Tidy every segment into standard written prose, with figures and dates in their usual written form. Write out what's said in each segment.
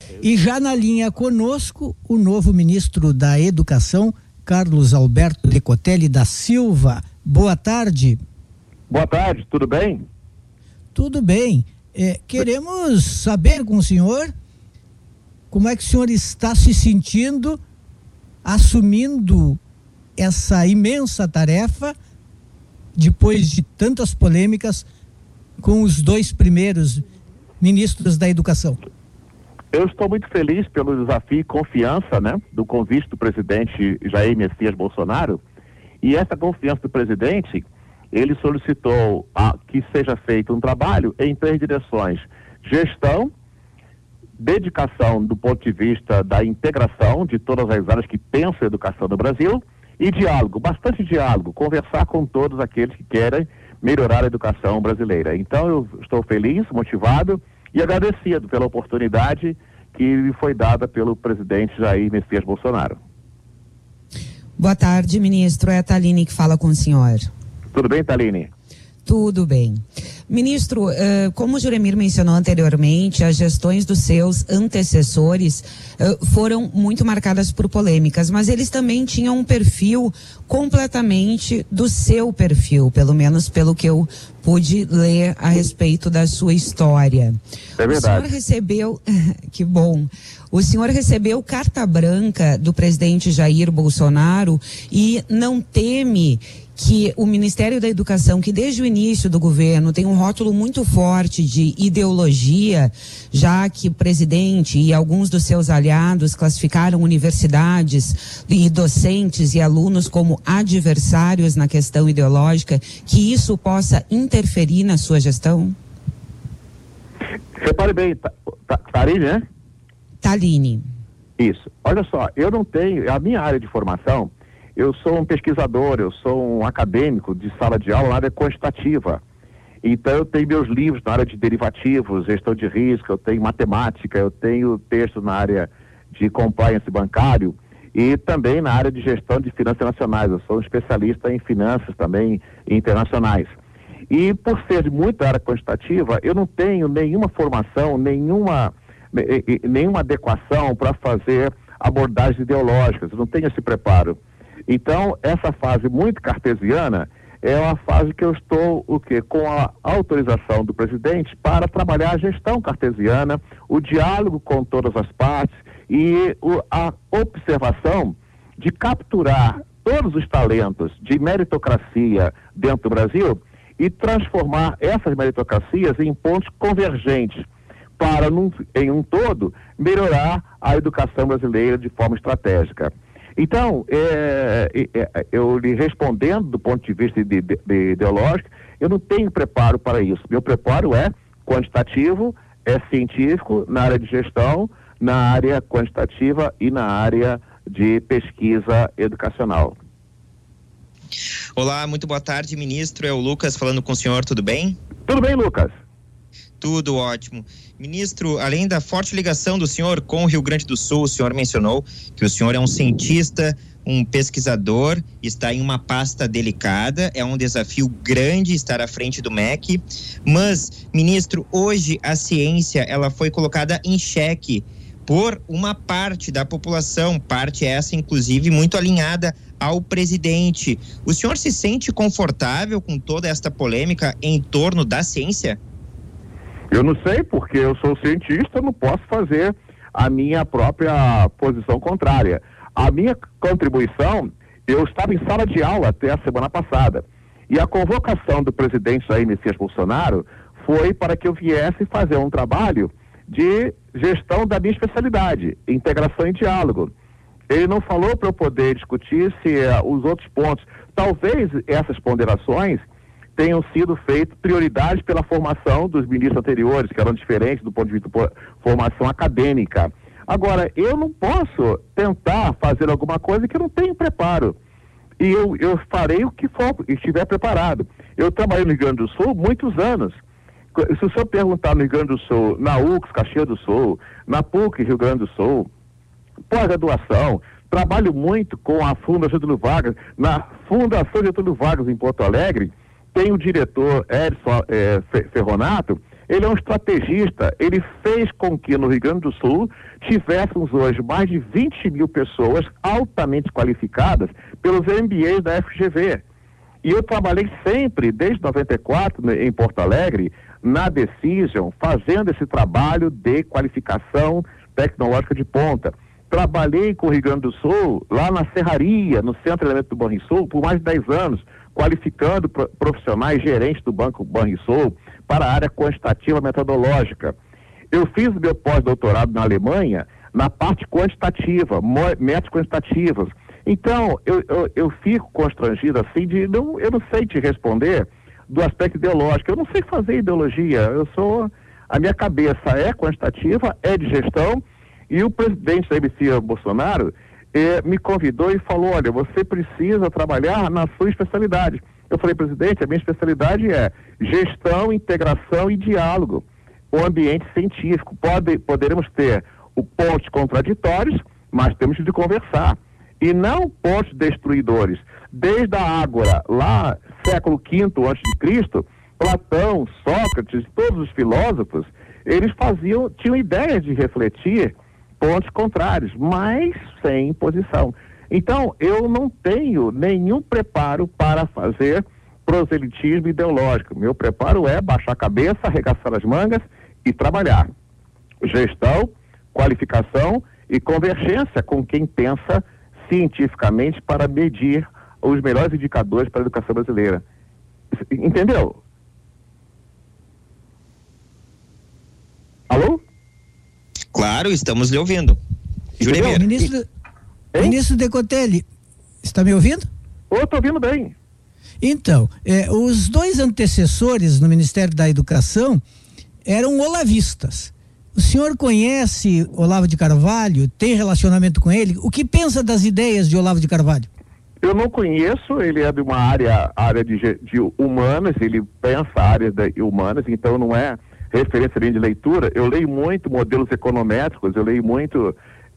E já na linha conosco, o novo ministro da Educação, Carlos Alberto Decotelli da Silva. Boa tarde. Boa tarde, tudo bem? Tudo bem. Queremos saber com o senhor como é que o senhor está se sentindo assumindo essa imensa tarefa depois de tantas polêmicas com os dois primeiros ministros da Educação. Eu estou muito feliz pelo desafio e confiança, do convite do presidente Jair Messias Bolsonaro, e essa confiança do presidente, ele solicitou que seja feito um trabalho em 3 direções: gestão, dedicação do ponto de vista da integração de todas as áreas que pensam a educação no Brasil, e diálogo, bastante diálogo, conversar com todos aqueles que querem melhorar a educação brasileira. Então eu estou feliz, motivado e agradecido pela oportunidade que me foi dada pelo presidente Jair Messias Bolsonaro. Boa tarde, ministro. É a Thaline que fala com o senhor. Tudo bem, Thaline? Tudo bem. Ministro, como o Juremir mencionou anteriormente, as gestões dos seus antecessores foram muito marcadas por polêmicas, mas eles também tinham um perfil completamente do seu perfil, pelo menos pelo que eu pude ler a respeito da sua história. É verdade. O senhor recebeu, que bom, o senhor recebeu carta branca do presidente Jair Bolsonaro e não teme que o Ministério da Educação, que desde o início do governo tem um rótulo muito forte de ideologia, já que o presidente e alguns dos seus aliados classificaram universidades e docentes e alunos como adversários na questão ideológica, que isso possa interferir na sua gestão? Repare bem, Thaline, né? Thaline. Isso. Olha só, eu não tenho, a minha área de formação, eu sou um pesquisador, eu sou um acadêmico de sala de aula na área quantitativa. Então eu tenho meus livros na área de derivativos, gestão de risco, eu tenho matemática, eu tenho texto na área de compliance bancário e também na área de gestão de finanças nacionais. Eu sou um especialista em finanças também internacionais. E por ser muito da área quantitativa, eu não tenho nenhuma formação, nenhuma adequação para fazer abordagens ideológicas, eu não tenho esse preparo. Então, essa fase muito cartesiana é uma fase que eu estou, com a autorização do presidente para trabalhar a gestão cartesiana, o diálogo com todas as partes e a observação de capturar todos os talentos de meritocracia dentro do Brasil e transformar essas meritocracias em pontos convergentes para, em um todo, melhorar a educação brasileira de forma estratégica. Então, eu lhe respondendo do ponto de vista ideológico, eu não tenho preparo para isso. Meu preparo é quantitativo, é científico, na área de gestão, na área quantitativa e na área de pesquisa educacional. Olá, muito boa tarde, ministro. É o Lucas falando com o senhor, tudo bem? Tudo bem, Lucas. Tudo ótimo. Ministro, além da forte ligação do senhor com o Rio Grande do Sul, o senhor mencionou que o senhor é um cientista, um pesquisador, está em uma pasta delicada, é um desafio grande estar à frente do MEC, mas, ministro, hoje a ciência, ela foi colocada em xeque por uma parte da população, parte essa, inclusive, muito alinhada ao presidente. O senhor se sente confortável com toda esta polêmica em torno da ciência? Eu não sei, porque eu sou cientista, não posso fazer a minha própria posição contrária. A minha contribuição, eu estava em sala de aula até a semana passada, e a convocação do presidente Jair Messias Bolsonaro foi para que eu viesse fazer um trabalho de gestão da minha especialidade, integração e diálogo. Ele não falou para eu poder discutir os outros pontos. Talvez essas ponderações tenham sido feitas prioridades pela formação dos ministros anteriores, que eram diferentes do ponto de vista de formação acadêmica. Agora, eu não posso tentar fazer alguma coisa que eu não tenho preparo. E eu farei o que for, estiver preparado. Eu trabalhei no Rio Grande do Sul muitos anos. Se o senhor perguntar no Rio Grande do Sul, na UX, Caxias do Sul, na PUC, Rio Grande do Sul, pós-graduação, trabalho muito com a Fundação Getúlio Vargas, na Fundação Getúlio Vargas em Porto Alegre, tem o diretor Edson Ferronato, Ele é um estrategista, ele fez com que no Rio Grande do Sul tivéssemos hoje mais de 20 mil pessoas altamente qualificadas pelos MBAs da FGV. E eu trabalhei sempre, desde 94, em Porto Alegre, na Decision, fazendo esse trabalho de qualificação tecnológica de ponta. Trabalhei com o Rio Grande do Sul, lá na Serraria, no Centro de Treinamento do Banrisul, por mais de 10 anos, qualificando profissionais gerentes do Banco Banrisul para a área quantitativa metodológica. Eu fiz meu pós-doutorado na Alemanha na parte quantitativa, métodos quantitativos. Então, eu fico constrangido assim eu não sei te responder do aspecto ideológico. Eu não sei fazer ideologia. A minha cabeça é quantitativa, é de gestão, e o presidente da MC, Bolsonaro, me convidou e falou, olha, você precisa trabalhar na sua especialidade. Eu falei, presidente, a minha especialidade é gestão, integração e diálogo. O ambiente científico. Poderemos ter pontos contraditórios, mas temos de conversar. E não pontos destruidores. Desde a Ágora, lá, século V a.C., Platão, Sócrates, todos os filósofos, eles tinham ideias de refletir pontos contrários, mas sem imposição. Então, eu não tenho nenhum preparo para fazer proselitismo ideológico. Meu preparo é baixar a cabeça, arregaçar as mangas e trabalhar. Gestão, qualificação e convergência com quem pensa cientificamente para medir os melhores indicadores para a educação brasileira. Entendeu? Alô? Claro, estamos lhe ouvindo. Juremir. Ministro Decotelli, está me ouvindo? Eu estou ouvindo bem. Então, os dois antecessores no Ministério da Educação eram olavistas. O senhor conhece Olavo de Carvalho? Tem relacionamento com ele? O que pensa das ideias de Olavo de Carvalho? Eu não conheço, ele é de uma área de humanas, ele pensa áreas humanas, então não é referência nem de leitura. Eu leio muito modelos econométricos, eu leio muito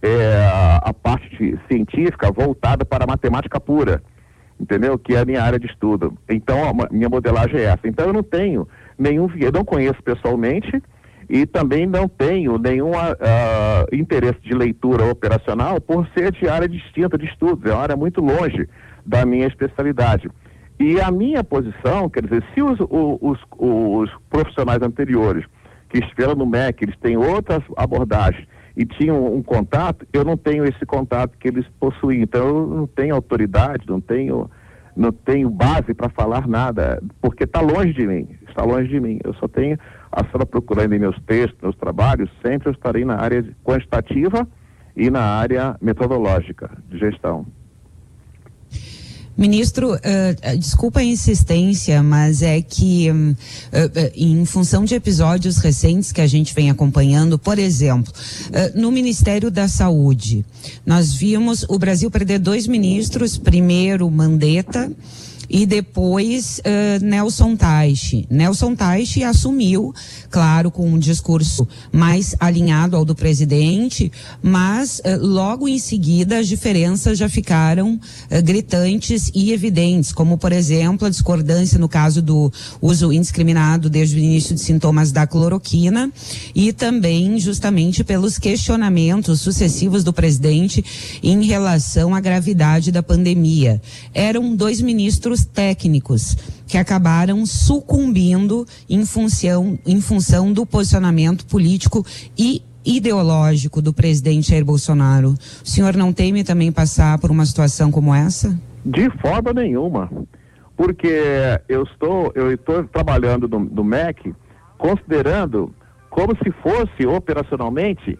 a parte científica voltada para a matemática pura, entendeu? Que é a minha área de estudo. Então, minha modelagem é essa. Então, eu não tenho eu não conheço pessoalmente e também não tenho nenhum interesse de leitura operacional por ser de área distinta de estudos. É uma área muito longe da minha especialidade. E a minha posição, quer dizer, se os profissionais anteriores que estiveram no MEC, eles têm outras abordagens e tinham um contato, eu não tenho esse contato que eles possuem. Então, eu não tenho autoridade, não tenho base para falar nada, porque está longe de mim. Eu só tenho, a senhora procurando em meus textos, meus trabalhos, sempre eu estarei na área quantitativa e na área metodológica de gestão. Ministro, desculpa a insistência, mas é que em função de episódios recentes que a gente vem acompanhando, por exemplo, no Ministério da Saúde, nós vimos o Brasil perder 2 ministros, primeiro Mandetta e depois Nelson Teich. Nelson Teich assumiu, claro, com um discurso mais alinhado ao do presidente, mas logo em seguida as diferenças já ficaram gritantes e evidentes, como, por exemplo, a discordância no caso do uso indiscriminado desde o início de sintomas da cloroquina e também justamente pelos questionamentos sucessivos do presidente em relação à gravidade da pandemia. Eram 2 ministros técnicos que acabaram sucumbindo em função do posicionamento político e ideológico do presidente Jair Bolsonaro. O senhor não teme também passar por uma situação como essa? De forma nenhuma, porque eu estou trabalhando no MEC considerando como se fosse operacionalmente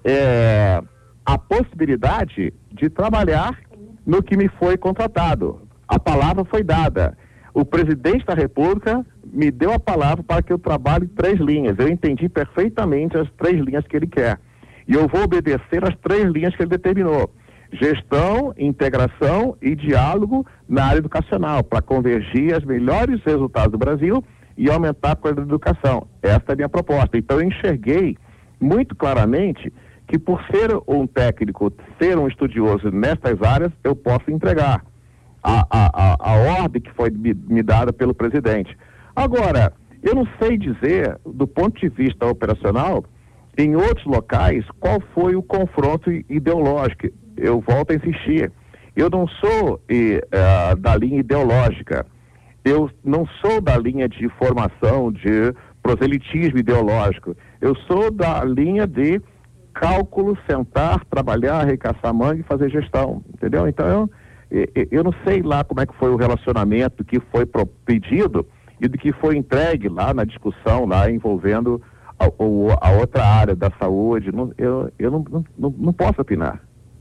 a possibilidade de trabalhar no que me foi contratado. A palavra foi dada. O presidente da República me deu a palavra para que eu trabalhe 3 linhas. Eu entendi perfeitamente as 3 linhas que ele quer. E eu vou obedecer as 3 linhas que ele determinou. Gestão, integração e diálogo na área educacional, para convergir os melhores resultados do Brasil e aumentar a qualidade da educação. Essa é a minha proposta. Então eu enxerguei muito claramente que por ser um técnico, ser um estudioso nestas áreas, eu posso entregar a ordem que foi me dada pelo presidente. Agora, Eu não sei dizer, do ponto de vista operacional, em outros locais, qual foi o confronto ideológico. Eu volto a insistir. Eu não sou da linha ideológica. Eu não sou da linha de formação, de proselitismo ideológico. Eu sou da linha de cálculo, sentar, trabalhar, arregaçar manga e fazer gestão, entendeu? Então, eu não sei lá como é que foi o relacionamento que foi pedido e do que foi entregue lá na discussão, lá envolvendo a outra área da saúde. Eu não posso opinar.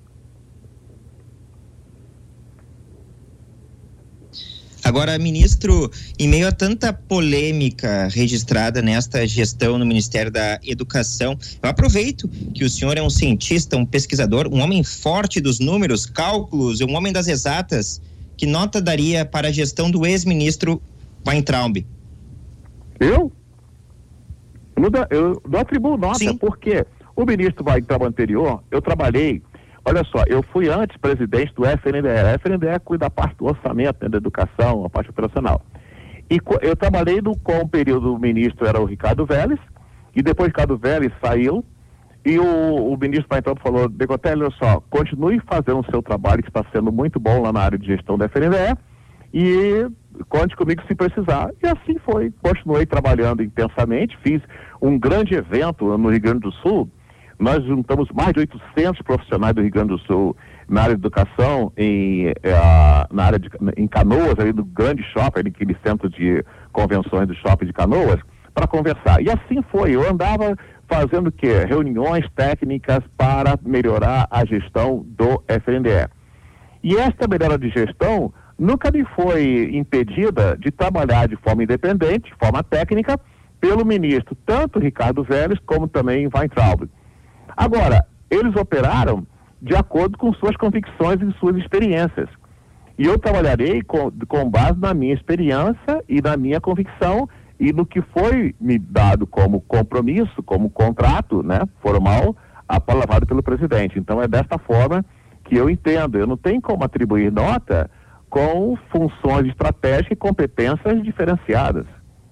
Agora, ministro, em meio a tanta polêmica registrada nesta gestão no Ministério da Educação, eu aproveito que o senhor é um cientista, um pesquisador, um homem forte dos números, cálculos, um homem das exatas. Que nota daria para a gestão do ex-ministro Weintraub? Eu não atribuo nota. Sim. Porque o ministro Weintraub anterior, eu trabalhei. Olha só, eu fui antes presidente do FNDE. A FNDE cuida da parte do orçamento, né, da educação, a parte operacional. E eu trabalhei com o período, o ministro era o Ricardo Vélez, e depois o Ricardo Vélez saiu, e o ministro Weintraub falou: Decotelli, olha só, continue fazendo o seu trabalho, que está sendo muito bom lá na área de gestão da FNDE, e conte comigo se precisar. E assim foi. Continuei trabalhando intensamente, fiz um grande evento no Rio Grande do Sul. Nós juntamos mais de 800 profissionais do Rio Grande do Sul na área de educação, em Canoas, ali do grande shopping, aquele centro de convenções do shopping de Canoas, para conversar. E assim foi. Eu andava fazendo o quê? Reuniões técnicas para melhorar a gestão do FNDE. E esta melhora de gestão nunca me foi impedida de trabalhar de forma independente, de forma técnica, pelo ministro, tanto Ricardo Vélez como também Weintraub. Agora, eles operaram de acordo com suas convicções e suas experiências. E eu trabalharei com base na minha experiência e na minha convicção e no que foi me dado como compromisso, como contrato, né, formal, apalavrado pelo presidente. Então é desta forma que eu entendo. Eu não tenho como atribuir nota com funções estratégicas e competências diferenciadas.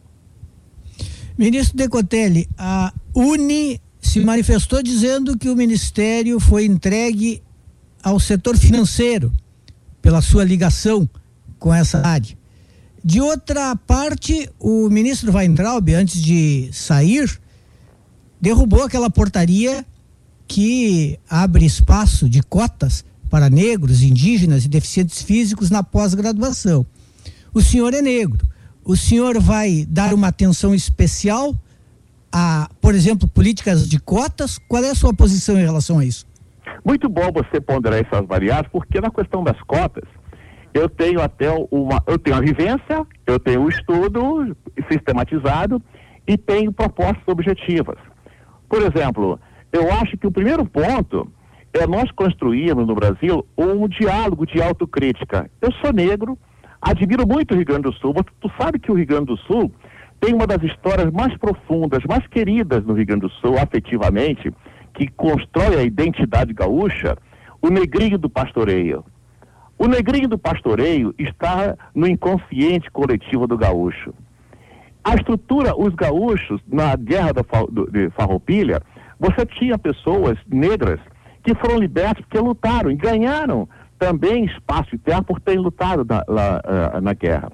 Ministro Decotelli, a UNE se manifestou dizendo que o Ministério foi entregue ao setor financeiro pela sua ligação com essa área. De outra parte, o ministro Weintraub, antes de sair, derrubou aquela portaria que abre espaço de cotas para negros, indígenas e deficientes físicos na pós-graduação. O senhor é negro. O senhor vai dar uma atenção especial a, por exemplo, políticas de cotas? Qual é a sua posição em relação a isso? Muito bom você ponderar essas variáveis, porque na questão das cotas, eu tenho a vivência, eu tenho o estudo sistematizado e tenho propostas objetivas. Por exemplo, eu acho que o primeiro ponto é nós construirmos no Brasil um diálogo de autocrítica. Eu sou negro, admiro muito o Rio Grande do Sul, mas tu sabe que o Rio Grande do Sul tem uma das histórias mais profundas, mais queridas no Rio Grande do Sul, afetivamente, que constrói a identidade gaúcha, o negrinho do pastoreio. O negrinho do pastoreio está no inconsciente coletivo do gaúcho. A estrutura, os gaúchos, na guerra de Farroupilha, você tinha pessoas negras que foram libertas porque lutaram e ganharam também espaço de terra por terem lutado na guerra.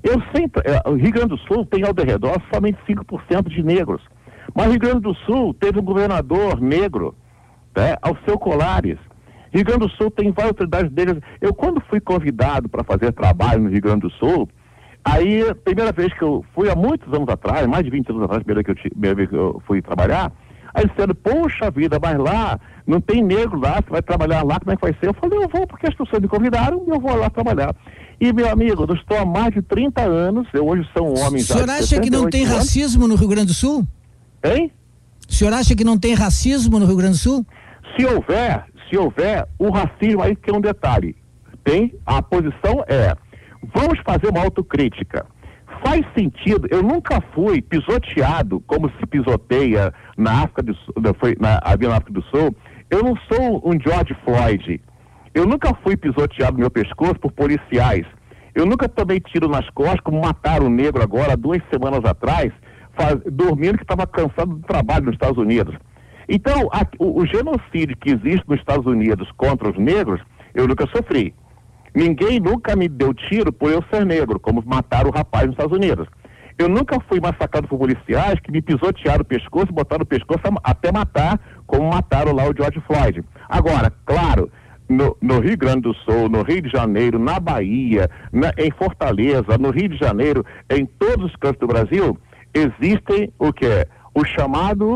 O Rio Grande do Sul tem ao redor somente 5% de negros. Mas o Rio Grande do Sul teve um governador negro, né, Alceu Colares. Rio Grande do Sul tem várias autoridades negras. Eu, quando fui convidado para fazer trabalho no Rio Grande do Sul, aí, a primeira vez que eu fui, há muitos anos atrás, mais de 20 anos atrás, primeira vez que eu fui trabalhar, aí disseram: poxa vida, mas lá não tem negro lá, você vai trabalhar lá, como é que vai ser? Eu falei: eu vou, porque as pessoas me convidaram e eu vou lá trabalhar. E, meu amigo, eu estou há mais de 30 anos, eu hoje sou um homem já. O senhor acha que não tem racismo no Rio Grande do Sul? Hein? O senhor acha que não tem racismo no Rio Grande do Sul? Se houver, o racismo aí que é um detalhe. A posição é: vamos fazer uma autocrítica. Faz sentido, eu nunca fui pisoteado como se pisoteia na África do Sul, na África do Sul. Eu não sou um George Floyd. Eu nunca fui pisoteado no meu pescoço por policiais. Eu nunca tomei tiro nas costas, como mataram um negro agora, 2 semanas atrás, dormindo que estava cansado do trabalho nos Estados Unidos. Então, o genocídio que existe nos Estados Unidos contra os negros, eu nunca sofri. Ninguém nunca me deu tiro por eu ser negro, como mataram o rapaz nos Estados Unidos. Eu nunca fui massacrado por policiais que me pisotearam o pescoço, botaram o pescoço até matar, como mataram lá o George Floyd. Agora, claro, no Rio Grande do Sul, no Rio de Janeiro, na Bahia, em Fortaleza, no Rio de Janeiro, em todos os cantos do Brasil, existem o quê? O chamado,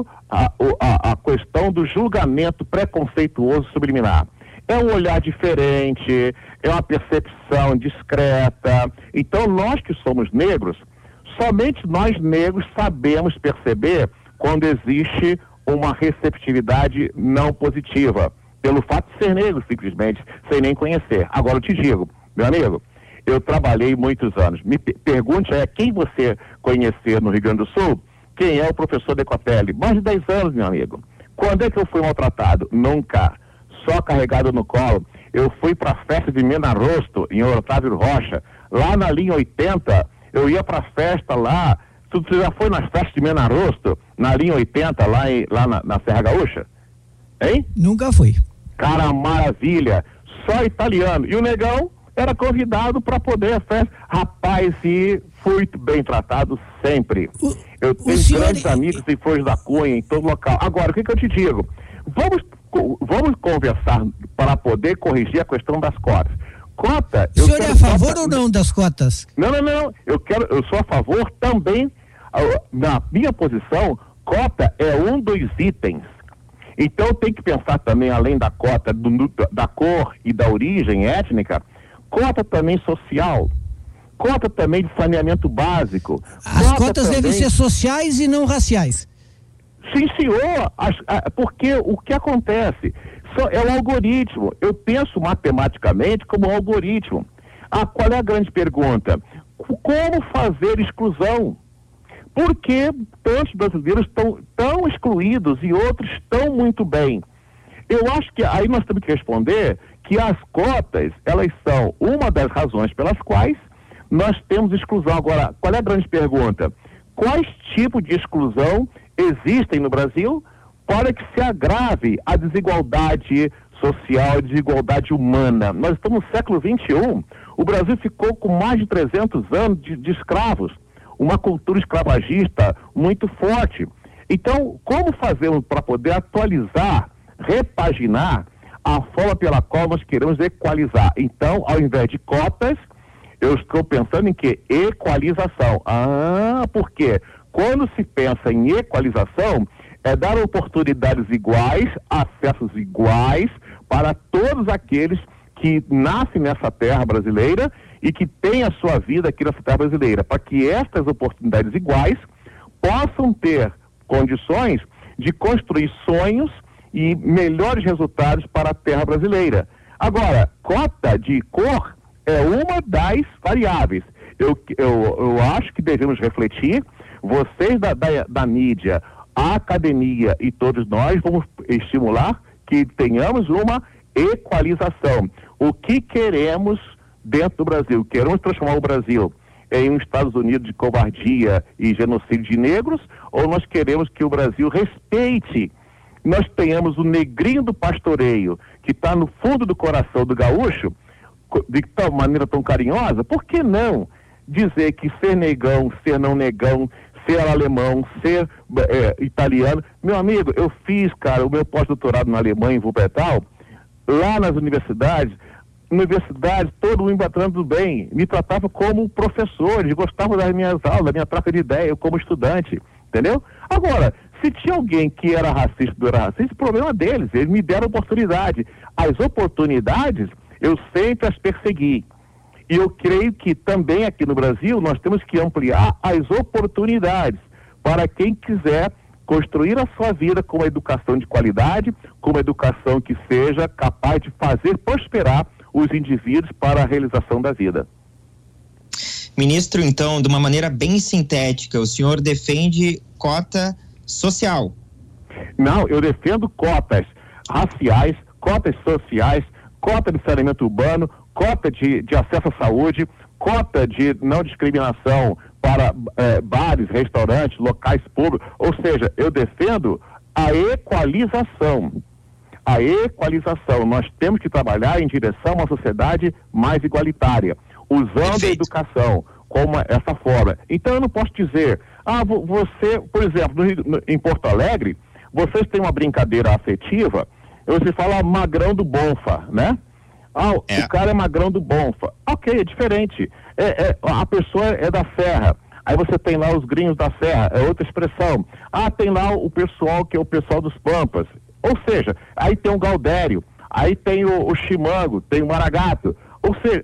a questão do julgamento preconceituoso subliminar. É um olhar diferente, é uma percepção discreta. Então, nós que somos negros, somente nós negros sabemos perceber quando existe uma receptividade não positiva, pelo fato de ser negro, simplesmente, sem nem conhecer. Agora eu te digo, meu amigo, eu trabalhei muitos anos. Me pergunte quem você conhecer no Rio Grande do Sul, quem é o professor Decotelli? Mais de 10 anos, meu amigo. Quando é que eu fui maltratado? Nunca. Só carregado no colo. Eu fui para a festa de Menarosto, em Otávio Rocha. Lá na linha 80, eu ia para a festa lá. Você já foi nas festas de Menarosto, na linha 80, lá na Serra Gaúcha? Hein? Nunca fui. Cara, maravilha. Só italiano. E o negão era convidado para poder a festa. Rapaz, e fui bem tratado sempre. Eu tenho grandes amigos em Flores da Cunha, em todo local. Agora, o que eu te digo? Vamos conversar para poder corrigir a questão das cotas. Cota... O senhor é a favor ou não das cotas? Não. Eu sou a favor também. Na minha posição, cota é um dos itens. Então tem que pensar também, além da cota da cor e da origem étnica, cota também social, cota também de saneamento básico. As cotas devem ser sociais e não raciais. Sim, senhor, porque o que acontece é o algoritmo. Eu penso matematicamente como um algoritmo. Qual é a grande pergunta? Como fazer exclusão? Por que tantos brasileiros estão tão excluídos e outros estão muito bem? Eu acho que aí nós temos que responder que as cotas, elas são uma das razões pelas quais nós temos exclusão. Agora, qual é a grande pergunta? Quais tipos de exclusão existem no Brasil para que se agrave a desigualdade social, a desigualdade humana? Nós estamos no século XXI, o Brasil ficou com mais de 300 anos de escravos, uma cultura escravagista muito forte. Então, como fazemos para poder atualizar, repaginar a forma pela qual nós queremos equalizar? Então, ao invés de cotas, eu estou pensando em que? Equalização. Por quê? Quando se pensa em equalização, é dar oportunidades iguais, acessos iguais para todos aqueles que nascem nessa terra brasileira e que têm a sua vida aqui nessa terra brasileira, para que estas oportunidades iguais possam ter condições de construir sonhos e melhores resultados para a terra brasileira. Agora, cota de cor é uma das variáveis. Eu acho que devemos refletir, vocês da mídia, a academia e todos nós vamos estimular que tenhamos uma equalização. O que queremos dentro do Brasil? Queremos transformar o Brasil em um Estados Unidos de covardia e genocídio de negros, ou nós queremos que o Brasil respeite, nós tenhamos o negrinho do pastoreio, que está no fundo do coração do gaúcho, de tal maneira tão carinhosa? Por que não dizer que ser negão, ser não negão, ser alemão, ser italiano? Meu amigo, eu fiz, cara, o meu pós-doutorado na Alemanha, em Wuppertal, lá nas universidades, todo mundo batendo bem, me tratava como professor, eles gostavam das minhas aulas, da minha troca de ideia, eu como estudante, entendeu? Agora, se tinha alguém que era racista, não era racista, o problema deles, eles me deram oportunidade. As oportunidades, eu sempre as persegui. E eu creio que também aqui no Brasil nós temos que ampliar as oportunidades para quem quiser construir a sua vida com uma educação de qualidade, com uma educação que seja capaz de fazer prosperar os indivíduos para a realização da vida. Ministro, então, de uma maneira bem sintética, o senhor defende cota social? Não, eu defendo cotas raciais, cotas sociais, cota de saneamento urbano, cota de acesso à saúde, cota de não discriminação para bares, restaurantes, locais públicos. Ou seja, eu defendo a equalização. A equalização. Nós temos que trabalhar em direção a uma sociedade mais igualitária, usando a educação como essa forma. Então eu não posso dizer, você, por exemplo, em Porto Alegre, vocês têm uma brincadeira afetiva, você fala magrão do Bonfa, né? O cara é magrão do Bonfa. Ok, é diferente. A pessoa é da Serra. Aí você tem lá os gringos da Serra, é outra expressão. Tem lá o pessoal que é o pessoal dos Pampas. Ou seja, aí tem o Gaudério, aí tem o Chimango, tem o Maragato. Ou seja,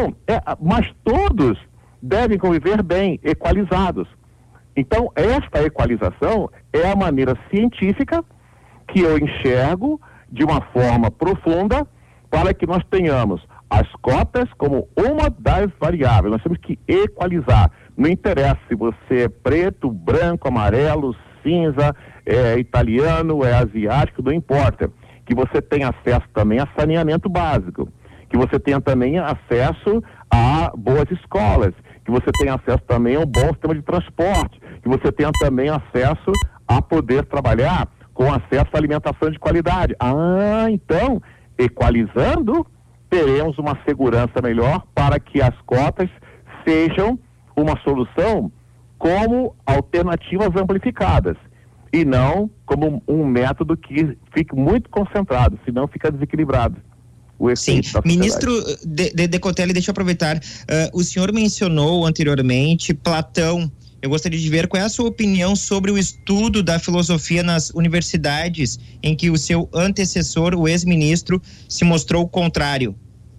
mas todos devem conviver bem, equalizados. Então, esta equalização é a maneira científica que eu enxergo de uma forma profunda para que nós tenhamos as cotas como uma das variáveis. Nós temos que equalizar. Não interessa se você é preto, branco, amarelo, cinza, é italiano, é asiático, não importa. Que você tenha acesso também a saneamento básico. Que você tenha também acesso a boas escolas. Que você tenha acesso também a um bom sistema de transporte. Que você tenha também acesso a poder trabalhar com acesso à alimentação de qualidade. Então, equalizando, teremos uma segurança melhor para que as cotas sejam uma solução como alternativas amplificadas e não como um método que fique muito concentrado, senão fica desequilibrado. Sim, ministro Decotelli, deixa eu aproveitar, o senhor mencionou anteriormente Platão. Eu gostaria de ver qual é a sua opinião sobre o estudo da filosofia nas universidades, em que o seu antecessor, o ex-ministro, se mostrou o contrário.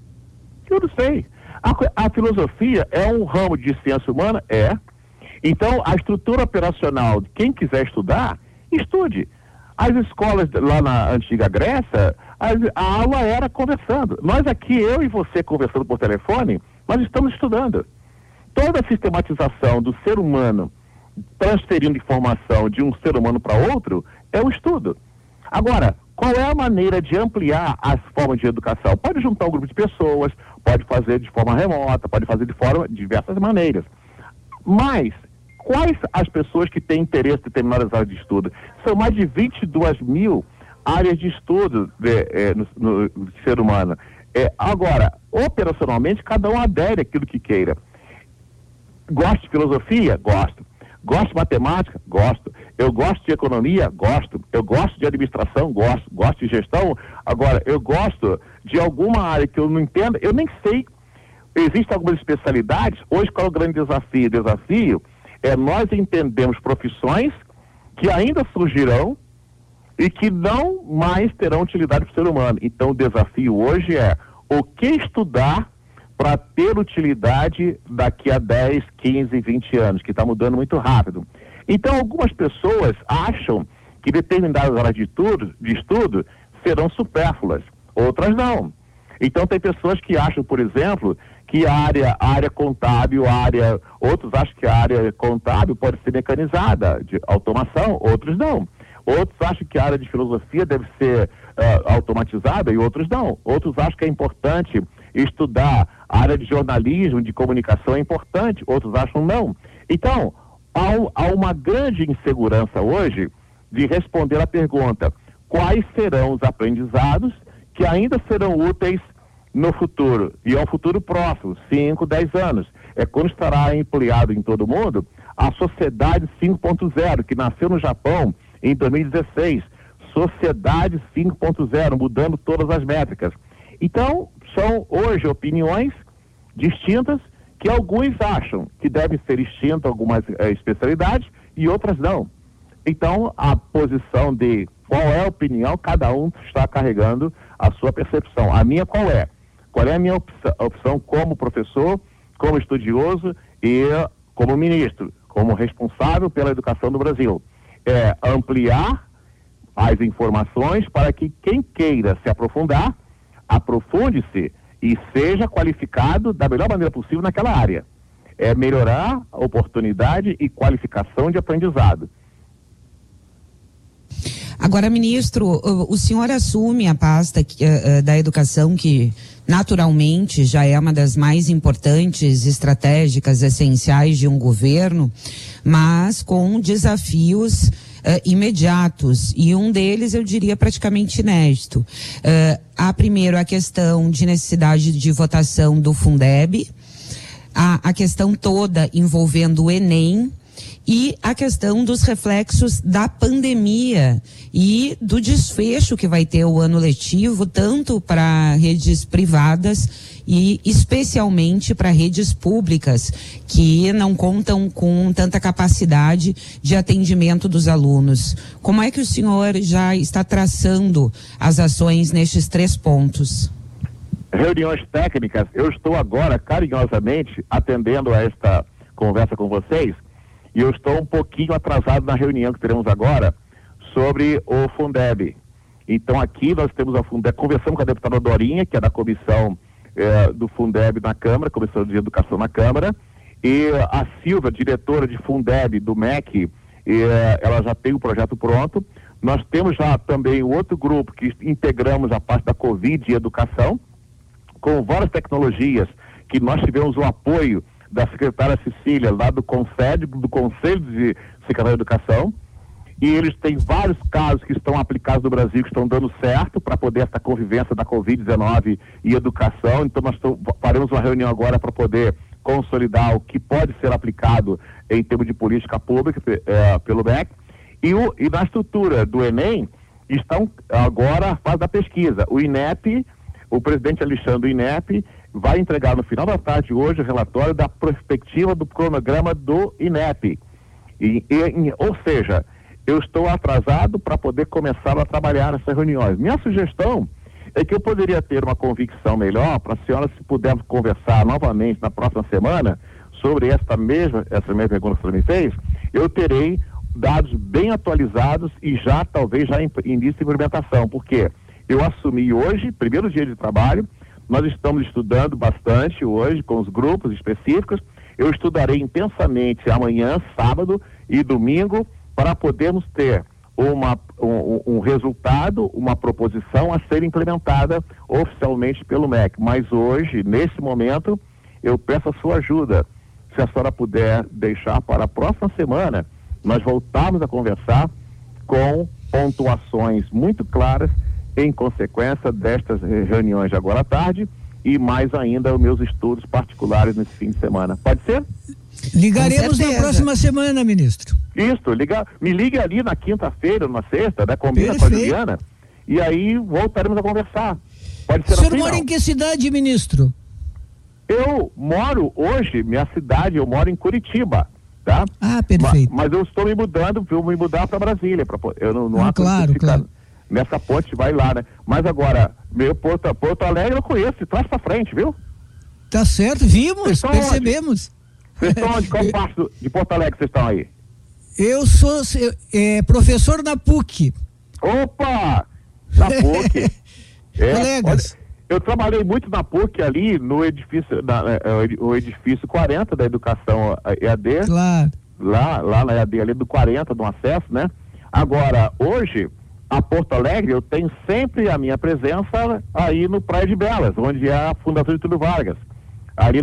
Eu não sei. A filosofia é um ramo de ciência humana? É. Então, a estrutura operacional, quem quiser estudar, estude. As escolas lá na antiga Grécia, a aula era conversando. Nós aqui, eu e você conversando por telefone, nós estamos estudando. Toda a sistematização do ser humano transferindo informação de um ser humano para outro é o estudo. Agora, qual é a maneira de ampliar as formas de educação? Pode juntar um grupo de pessoas, pode fazer de forma remota, pode fazer de diversas maneiras. Mas, quais as pessoas que têm interesse em determinadas áreas de estudo? São mais de 22 mil áreas de estudo no ser humano. Agora, operacionalmente, cada um adere àquilo que queira. Gosto de filosofia? Gosto. Gosto de matemática? Gosto. Eu gosto de economia? Gosto. Eu gosto de administração? Gosto. Gosto de gestão? Agora, eu gosto de alguma área que eu não entendo, eu nem sei. Existem algumas especialidades. Hoje, qual é o grande desafio? O desafio é nós entendemos profissões que ainda surgirão e que não mais terão utilidade para o ser humano. Então, o desafio hoje é o que estudar para ter utilidade daqui a 10, 15, 20 anos, que está mudando muito rápido. Então, algumas pessoas acham que determinadas áreas de estudo serão supérfluas, outras não. Então, tem pessoas que acham, por exemplo, que a área contábil, outros acham que a área contábil pode ser mecanizada, de automação, outros não. Outros acham que a área de filosofia deve ser automatizada e outros não. Outros acham que é importante estudar a área de jornalismo, de comunicação é importante, outros acham não. Então, há uma grande insegurança hoje de responder a pergunta: quais serão os aprendizados que ainda serão úteis no futuro? E é um futuro próximo, 5, 10 anos. É quando estará ampliado em todo mundo a Sociedade 5.0, que nasceu no Japão em 2016. Sociedade 5.0, mudando todas as métricas. Então, são hoje opiniões distintas que alguns acham que devem ser extintas algumas especialidades e outras não. Então, a posição de qual é a opinião, cada um está carregando a sua percepção. A minha qual é? Qual é a minha opção como professor, como estudioso e como ministro, como responsável pela educação do Brasil? É ampliar as informações para que quem queira se aprofundar, aprofunde-se e seja qualificado da melhor maneira possível naquela área. É melhorar a oportunidade e qualificação de aprendizado. Agora, ministro, o senhor assume a pasta da educação, que naturalmente já é uma das mais importantes, estratégicas, essenciais de um governo, mas com desafios imediatos, e um deles eu diria praticamente inédito. Há primeiro a questão de necessidade de votação do Fundeb, a questão toda envolvendo o Enem, e a questão dos reflexos da pandemia e do desfecho que vai ter o ano letivo, tanto para redes privadas e especialmente para redes públicas, que não contam com tanta capacidade de atendimento dos alunos. Como é que o senhor já está traçando as ações nestes 3 pontos? Reuniões técnicas, eu estou agora carinhosamente atendendo a esta conversa com vocês, e eu estou um pouquinho atrasado na reunião que teremos agora sobre o Fundeb. Então aqui nós temos a Fundeb, conversamos com a deputada Dorinha, que é da comissão do Fundeb na Câmara, Comissão de Educação na Câmara, e a Silvia, diretora de Fundeb do MEC, ela já tem o projeto pronto. Nós temos já também o outro grupo que integramos a parte da Covid e Educação, com várias tecnologias que nós tivemos o apoio da secretária Cecília, lá do Conselho de Secretaria de Educação, e eles têm vários casos que estão aplicados no Brasil, que estão dando certo para poder essa convivência da Covid-19 e educação. Então nós faremos uma reunião agora para poder consolidar o que pode ser aplicado em termos de política pública pelo MEC, e na estrutura do Enem estão agora a fase da pesquisa. O INEP, o presidente Alexandre do INEP, vai entregar no final da tarde hoje o relatório da perspectiva do cronograma do INEP. Ou seja, eu estou atrasado para poder começar a trabalhar nessas reuniões. Minha sugestão é que eu poderia ter uma convicção melhor para a senhora, se pudermos conversar novamente na próxima semana sobre essa mesma pergunta que você me fez, eu terei dados bem atualizados e talvez já em início de implementação, porque eu assumi hoje, primeiro dia de trabalho. Nós estamos estudando bastante hoje com os grupos específicos. Eu estudarei intensamente amanhã, sábado e domingo, para podermos ter um resultado, uma proposição a ser implementada oficialmente pelo MEC. Mas hoje, nesse momento, eu peço a sua ajuda. Se a senhora puder deixar para a próxima semana, nós voltarmos a conversar com pontuações muito claras em consequência destas reuniões de agora à tarde, e mais ainda os meus estudos particulares nesse fim de semana. Pode ser? Ligaremos na próxima semana, ministro. Isso, me ligue ali na quinta-feira ou na sexta, né? Combina com a Juliana, e aí voltaremos a conversar. Pode ser. O senhor mora em que cidade, ministro? Eu moro hoje, eu moro em Curitiba, tá? Ah, perfeito. Mas eu estou vou me mudar para Brasília, eu não há claro. Nessa ponte vai lá, né? Mas agora, meu Porto Alegre eu conheço, de trás pra frente, viu? Tá certo, vimos, percebemos. Vocês estão onde? Qual parte de Porto Alegre vocês estão aí? Eu sou professor na PUC. Opa! Na PUC. Colegas. Olha, eu trabalhei muito na PUC ali no edifício, o edifício 40 da educação EAD. Claro. Lá na EAD ali do 40, do acesso, né? Agora, hoje, a Porto Alegre, eu tenho sempre a minha presença aí no Praia de Belas, onde é a Fundação Getúlio Vargas, ali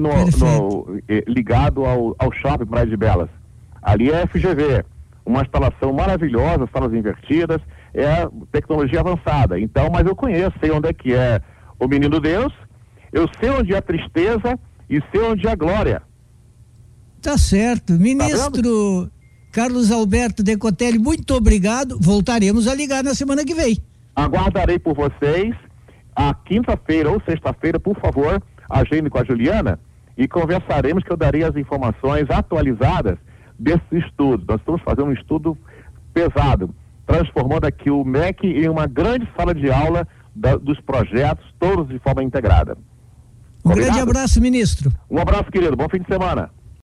ligado ao shopping Praia de Belas. Ali é FGV, uma instalação maravilhosa, salas invertidas, é tecnologia avançada. Então, mas eu conheço, sei onde é que é o Menino Deus, eu sei onde é a tristeza e sei onde é a glória. Tá certo. Ministro Carlos Alberto Decotelli, muito obrigado. Voltaremos a ligar na semana que vem. Aguardarei por vocês. A quinta-feira ou sexta-feira, por favor, agende com a Juliana e conversaremos, que eu darei as informações atualizadas desses estudos. Nós estamos fazendo um estudo pesado, transformando aqui o MEC em uma grande sala de aula dos projetos, todos de forma integrada. Um grande abraço, ministro. Um abraço, querido. Bom fim de semana.